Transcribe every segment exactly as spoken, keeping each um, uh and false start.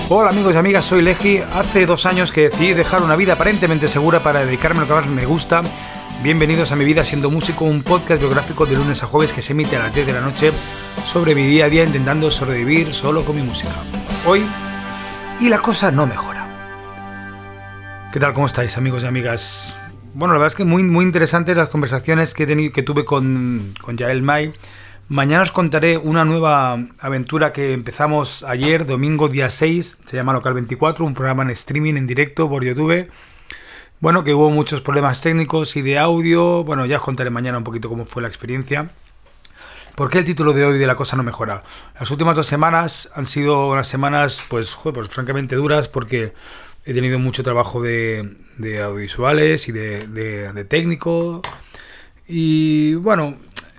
Hola amigos y amigas, soy Leji. Hace dos años que decidí dejar una vida aparentemente segura para dedicarme a lo que más me gusta. Bienvenidos a Mi Vida Siendo Músico, un podcast biográfico de lunes a jueves que se emite a las diez de la noche sobre mi día a día intentando sobrevivir solo con mi música. Hoy, y la cosa no mejora. ¿Qué tal? ¿Cómo estáis, amigos y amigas? Bueno, la verdad es que muy, muy interesantes las conversaciones que, he tenido, que tuve con, con Yael May. Mañana os contaré una nueva aventura que empezamos ayer, domingo día seis, se llama Local veinticuatro, un programa en streaming, en directo por YouTube. Bueno, que hubo muchos problemas técnicos y de audio. Bueno, ya os contaré mañana un poquito cómo fue la experiencia. ¿Por qué el título de hoy de La cosa no mejora? Las últimas dos semanas han sido unas semanas, pues, joder, pues francamente duras, porque he tenido mucho trabajo de, de audiovisuales y de, de, de técnico. Y bueno...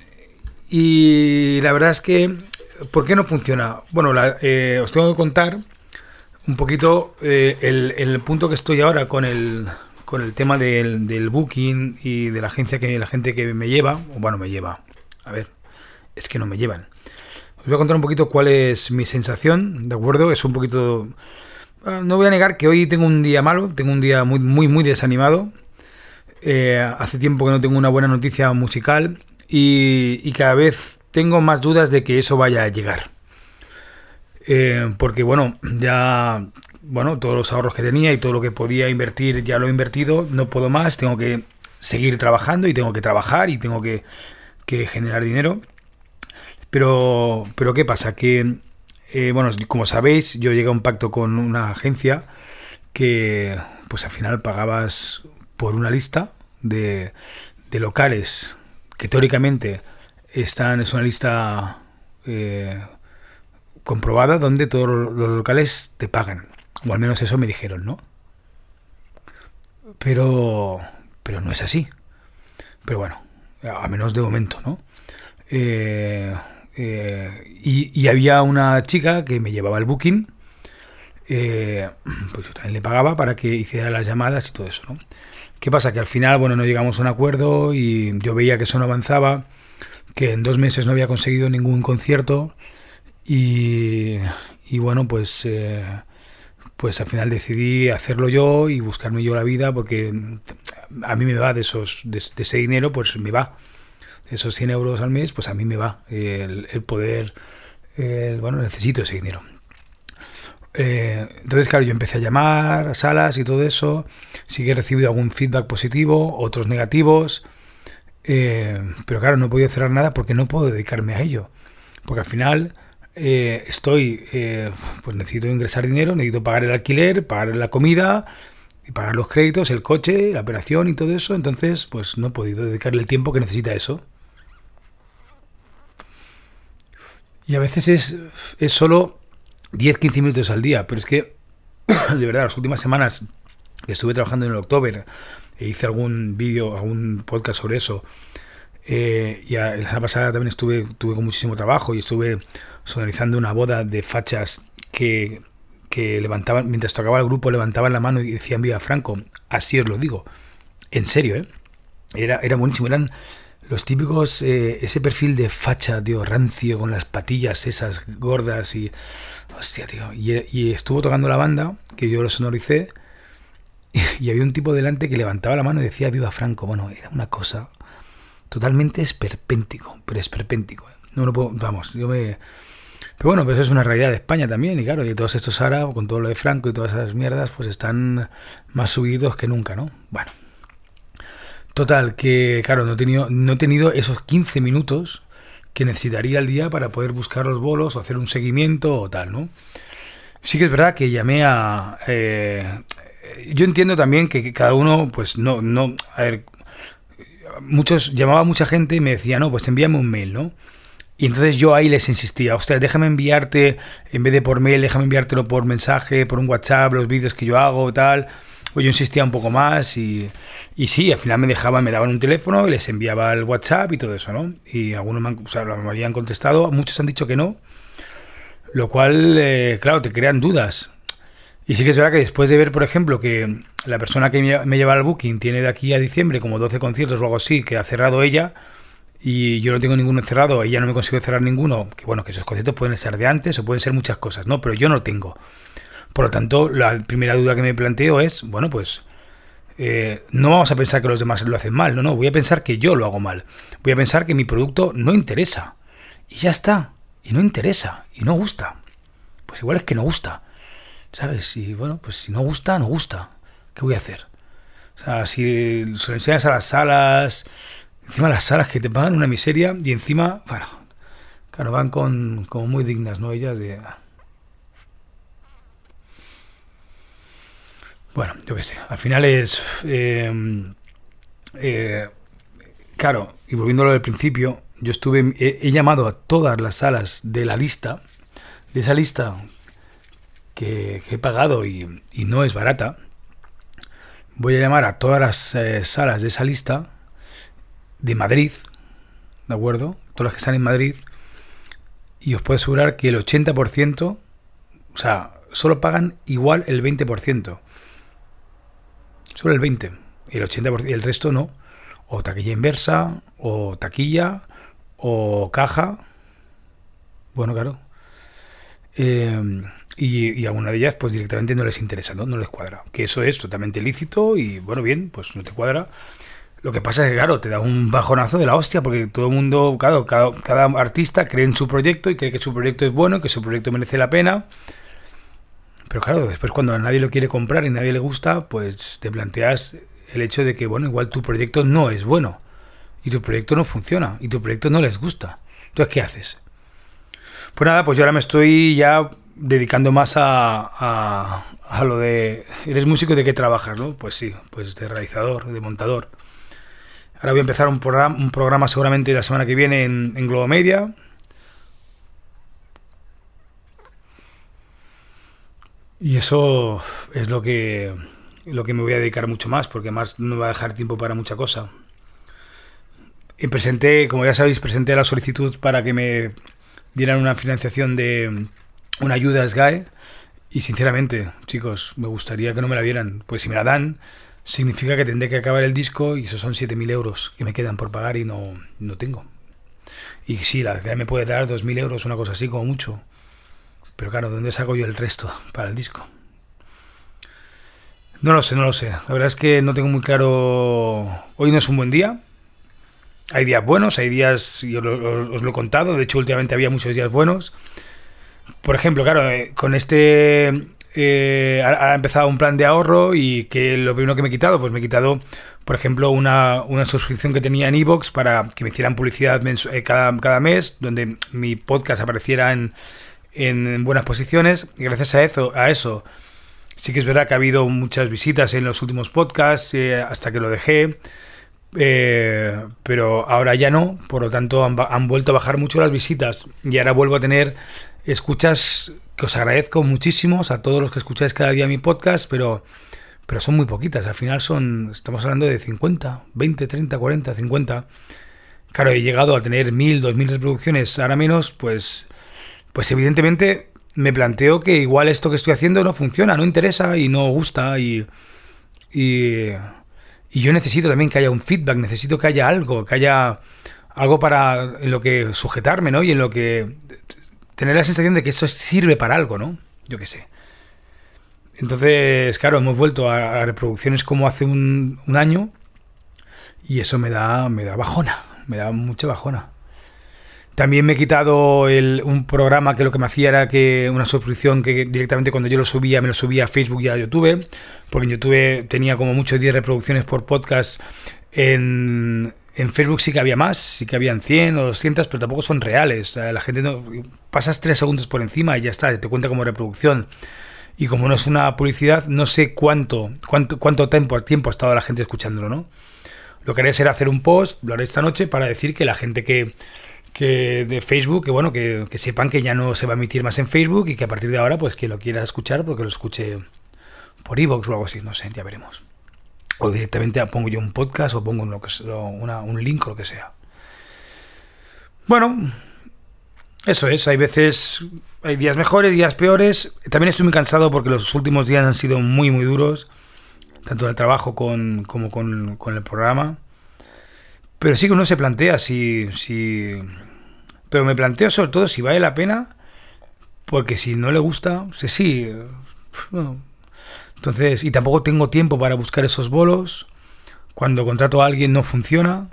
Y la verdad es que, ¿por qué no funciona? Bueno, la, eh, os tengo que contar un poquito eh, el, el punto que estoy ahora con el, con el tema del, del booking y de la agencia, que la gente que me lleva, o bueno, me lleva, a ver, es que no me llevan. Os voy a contar un poquito cuál es mi sensación, ¿de acuerdo? Es un poquito... No voy a negar que hoy tengo un día malo, tengo un día muy, muy, muy desanimado. Eh, hace tiempo que no tengo una buena noticia musical. Y, y cada vez tengo más dudas de que eso vaya a llegar. Eh, porque bueno, ya bueno, todos los ahorros que tenía y todo lo que podía invertir ya lo he invertido, no puedo más, tengo que seguir trabajando y tengo que trabajar y tengo que, que generar dinero. Pero, pero ¿qué pasa? Que, eh, bueno, como sabéis, yo llegué a un pacto con una agencia que pues al final pagabas por una lista de, de locales que teóricamente están, es una lista eh, comprobada donde todos los locales te pagan, o al menos eso me dijeron, ¿no? Pero pero no es así. Pero bueno, a menos de momento, ¿no? Eh, eh, y, y había una chica que me llevaba el booking, eh, pues yo también le pagaba para que hiciera las llamadas y todo eso, ¿no? ¿Qué pasa? Que al final, bueno, no llegamos a un acuerdo y yo veía que eso no avanzaba, que en dos meses no había conseguido ningún concierto y, y bueno, pues, eh, pues al final decidí hacerlo yo y buscarme yo la vida, porque a mí me va de esos de, de ese dinero, pues me va. De esos cien euros al mes, pues a mí me va el, el poder, el, bueno, necesito ese dinero. Eh, entonces, claro, yo empecé a llamar a salas y todo eso. Sí que he recibido algún feedback positivo, otros negativos. Eh, pero claro, no he podido cerrar nada porque no puedo dedicarme a ello. Porque al final eh, estoy, eh, pues necesito ingresar dinero, necesito pagar el alquiler, pagar la comida, y pagar los créditos, el coche, la operación y todo eso. Entonces, pues no he podido dedicarle el tiempo que necesita eso. Y a veces es, es solo diez a quince minutos al día, pero es que de verdad las últimas semanas que estuve trabajando en el October e hice algún vídeo, algún podcast sobre eso, eh, y a, la semana pasada también estuve tuve con muchísimo trabajo y estuve sonorizando una boda de fachas que, que levantaban, mientras tocaba el grupo, levantaban la mano y decían viva Franco. Así os lo digo, en serio, ¿eh? Era, era buenísimo, eran los típicos, eh, ese perfil de facha, tío, rancio, con las patillas esas gordas y... Hostia, tío. Y, y estuvo tocando la banda, que yo lo sonoricé, y, y había un tipo delante que levantaba la mano y decía viva Franco. Bueno, era una cosa totalmente esperpéntico, pero esperpéntico. ¿eh? No lo puedo, vamos, yo me... Pero bueno, pues eso es una realidad de España también, y claro, y todos estos ahora, con todo lo de Franco y todas esas mierdas, pues están más subidos que nunca, ¿no? Bueno. Total, que claro, no he tenido, no he tenido esos quince minutos que necesitaría al día para poder buscar los bolos o hacer un seguimiento o tal, ¿no? Sí que es verdad que llamé a... Eh, yo entiendo también que, que cada uno, pues no... no a ver, muchos llamaba mucha gente y me decía, no, pues envíame un mail, ¿no? Y entonces yo ahí les insistía, ostras, déjame enviarte, en vez de por mail, déjame enviártelo por mensaje, por un WhatsApp, los vídeos que yo hago, tal... Pues yo insistía un poco más y, y sí, al final me dejaban, me daban un teléfono y les enviaba el WhatsApp y todo eso, ¿no? Y algunos me han, o sea, la mayoría han contestado, muchos han dicho que no, lo cual, eh, claro, te crean dudas. Y sí que es verdad que después de ver, por ejemplo, que la persona que me, me lleva al booking tiene de aquí a diciembre como doce conciertos o algo así, que ha cerrado ella, y yo no tengo ninguno cerrado, ella no me consigo cerrar ninguno, que bueno, que esos conciertos pueden ser de antes o pueden ser muchas cosas, ¿no? Pero yo no tengo. Por lo tanto, la primera duda que me planteo es, bueno, pues eh, no vamos a pensar que los demás lo hacen mal, no, no, voy a pensar que yo lo hago mal. Voy a pensar que mi producto no interesa. Y ya está. Y no interesa. Y no gusta. Pues igual es que no gusta. ¿Sabes? Y bueno, pues si no gusta, no gusta. ¿Qué voy a hacer? O sea, si se lo enseñas a las salas, encima las salas que te pagan una miseria, y encima, bueno, claro, van con como muy dignas, ¿no? Ellas de... Bueno, yo qué sé, al final es... Eh, eh, claro, y volviéndolo del principio, yo estuve... He, he llamado a todas las salas de la lista, de esa lista que, que he pagado y, y no es barata. Voy a llamar a todas las eh, salas de esa lista de Madrid, ¿de acuerdo? Todas las que están en Madrid, y os puedo asegurar que el ochenta por ciento, o sea, solo pagan igual el veinte por ciento. Solo el veinte por ciento. El ochenta por ciento, y el resto no. O taquilla inversa, o taquilla, o caja. Bueno, claro. Eh, y, y a una de ellas, pues directamente no les interesa, ¿no? No les cuadra. Que eso es totalmente lícito y, bueno, bien, pues no te cuadra. Lo que pasa es que, claro, te da un bajonazo de la hostia, porque todo el mundo, claro, cada, cada artista cree en su proyecto y cree que su proyecto es bueno, que su proyecto merece la pena. Pero claro, después cuando a nadie lo quiere comprar y a nadie le gusta, pues te planteas el hecho de que, bueno, igual tu proyecto no es bueno. Y tu proyecto no funciona. Y tu proyecto no les gusta. Entonces, ¿qué haces? Pues nada, pues yo ahora me estoy ya dedicando más a, a, a lo de... ¿Eres músico y de qué trabajas, no? Pues sí, pues de realizador, de montador. Ahora voy a empezar un programa, un programa seguramente la semana que viene en, en Globomedia. Y eso es lo que, lo que me voy a dedicar mucho más, porque más no me va a dejar tiempo para mucha cosa. Y presenté, como ya sabéis, presenté la solicitud para que me dieran una financiación de una ayuda a S G A E. Y sinceramente, chicos, me gustaría que no me la dieran. Pues si me la dan, significa que tendré que acabar el disco y esos son siete mil euros que me quedan por pagar y no, no tengo. Y sí, la S G A E me puede dar dos mil euros, una cosa así como mucho. Pero claro, ¿dónde saco yo el resto para el disco? No lo sé, no lo sé. La verdad es que no tengo muy claro... Hoy no es un buen día. Hay días buenos, hay días... Yo os, os lo he contado. De hecho, últimamente había muchos días buenos. Por ejemplo, claro, eh, con este... Eh, ha empezado un plan de ahorro y que lo primero que me he quitado, pues me he quitado, por ejemplo, una, una suscripción que tenía en iVoox para que me hicieran publicidad mensu- eh, cada, cada mes, donde mi podcast apareciera en... en buenas posiciones, y gracias a eso, a eso sí que es verdad que ha habido muchas visitas en los últimos podcasts, eh, hasta que lo dejé, eh, pero ahora ya no, por lo tanto han, han vuelto a bajar mucho las visitas y ahora vuelvo a tener escuchas que os agradezco muchísimo a todos los que escucháis cada día mi podcast, pero, pero son muy poquitas, al final son, estamos hablando de cincuenta, veinte, treinta, cuarenta, cincuenta. Claro, he llegado a tener mil, dos mil reproducciones, ahora menos, pues Pues evidentemente me planteo que igual esto que estoy haciendo no funciona, no interesa y no gusta y, y, y yo necesito también que haya un feedback, necesito que haya algo, que haya algo para en lo que sujetarme, ¿no? Y en lo que tener la sensación de que eso sirve para algo, ¿no? Yo qué sé. Entonces, claro, hemos vuelto a, a reproducciones como hace un, un año y eso me da, me da bajona, me da mucha bajona. También me he quitado el, un programa que lo que me hacía era que una suscripción que directamente cuando yo lo subía, me lo subía a Facebook y a YouTube, porque en YouTube tenía como mucho diez reproducciones por podcast. En, en Facebook sí que había más, sí que habían cien o doscientas, pero tampoco son reales. La gente no, pasas tres segundos por encima y ya está, te cuenta como reproducción. Y como no es una publicidad, no sé cuánto cuánto, cuánto tiempo, tiempo ha estado la gente escuchándolo, ¿no? Lo que haré será hacer un post, lo haré esta noche, para decir que la gente que... que de Facebook, que bueno, que, que sepan que ya no se va a emitir más en Facebook y que a partir de ahora, pues que lo quiera escuchar, porque lo escuche por iVoox o algo así, no sé, ya veremos. O directamente pongo yo un podcast o pongo lo que, una, un link o lo que sea. Bueno, eso es, hay veces, hay días mejores, días peores. También estoy muy cansado porque los últimos días han sido muy, muy duros, tanto en el trabajo con, como con, con el programa. Pero sí que uno se plantea si, si... Pero me planteo sobre todo si vale la pena, porque si no le gusta... Sí, sí, No. Entonces, y tampoco tengo tiempo para buscar esos bolos. Cuando contrato a alguien no funciona,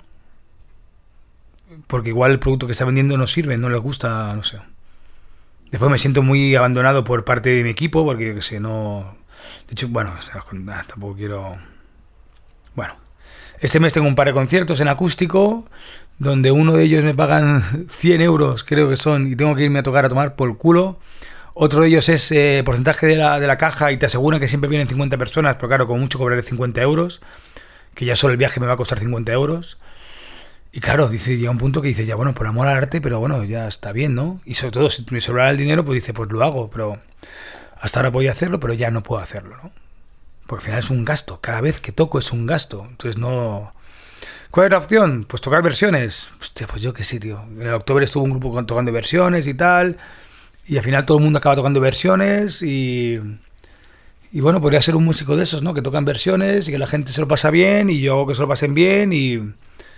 porque igual el producto que está vendiendo no sirve, no les gusta, no sé. Después me siento muy abandonado por parte de mi equipo, porque yo qué sé, no... De hecho, bueno, tampoco quiero... Bueno, este mes tengo un par de conciertos en acústico, donde uno de ellos me pagan cien euros, creo que son, y tengo que irme a tocar a tomar por el culo. Otro de ellos es eh, porcentaje de la, de la caja, y te aseguran que siempre vienen cincuenta personas, pero claro, como mucho cobraré cincuenta euros, que ya solo el viaje me va a costar cincuenta euros. Y claro, dice, llega un punto que dice, ya bueno, por amor al arte, pero bueno, ya está bien, ¿no? Y sobre todo, si me sobrara el dinero, pues dice, pues lo hago, pero hasta ahora podía hacerlo, pero ya no puedo hacerlo, ¿no? Porque al final es un gasto, cada vez que toco es un gasto, entonces no... ¿Cuál es la opción? Pues tocar versiones. Hostia, pues yo qué sé, tío. En el octubre estuvo un grupo tocando versiones y tal, y al final todo el mundo acaba tocando versiones y... Y bueno, podría ser un músico de esos, ¿no? Que tocan versiones y que la gente se lo pasa bien y yo hago que se lo pasen bien y...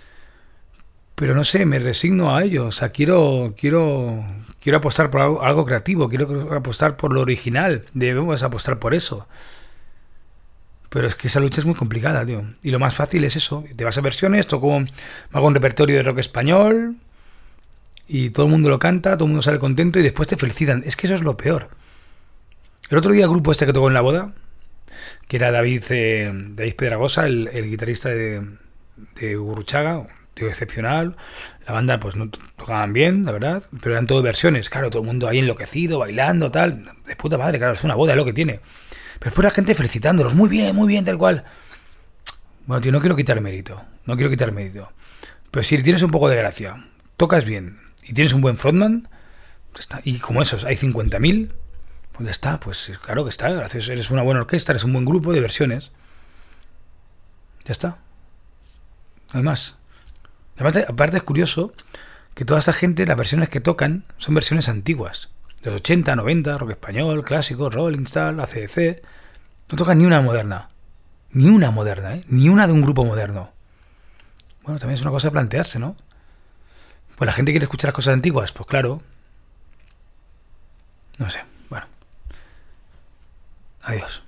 Pero no sé, me resigno a ello. O sea, quiero, quiero, quiero apostar por algo, algo creativo, quiero apostar por lo original. Debemos apostar por eso. Pero es que esa lucha es muy complicada, tío. Y lo más fácil es eso. Te vas a versiones, toco, me hago un repertorio de rock español y todo el mundo lo canta, todo el mundo sale contento y después te felicitan. Es que eso es lo peor. El otro día el grupo este que tocó en la boda, que era David, eh, David Pedragosa, el, el guitarrista de, de Gurruchaga, tío excepcional. La banda pues no tocaban bien, la verdad, pero eran todo versiones. Claro, todo el mundo ahí enloquecido, bailando, tal. De puta madre, claro, es una boda, es lo que tiene. Pero después la gente felicitándolos, muy bien, muy bien, tal cual. Bueno, tío, no quiero quitar mérito, no quiero quitar mérito. Pero si tienes un poco de gracia, tocas bien y tienes un buen frontman, pues está. Y como esos hay cincuenta mil, pues ya está, pues claro que está. Gracias, eres una buena orquesta, eres un buen grupo de versiones. Ya está. No hay más. Aparte, aparte es curioso que toda esta gente, las versiones que tocan son versiones antiguas. De los ochenta, noventa, rock español, clásico, Rolling, tal, A C D C. No tocan ni una moderna. Ni una moderna, ¿eh? Ni una de un grupo moderno. Bueno, también es una cosa a plantearse, ¿no? Pues la gente quiere escuchar las cosas antiguas. Pues claro. No sé. Bueno. Adiós.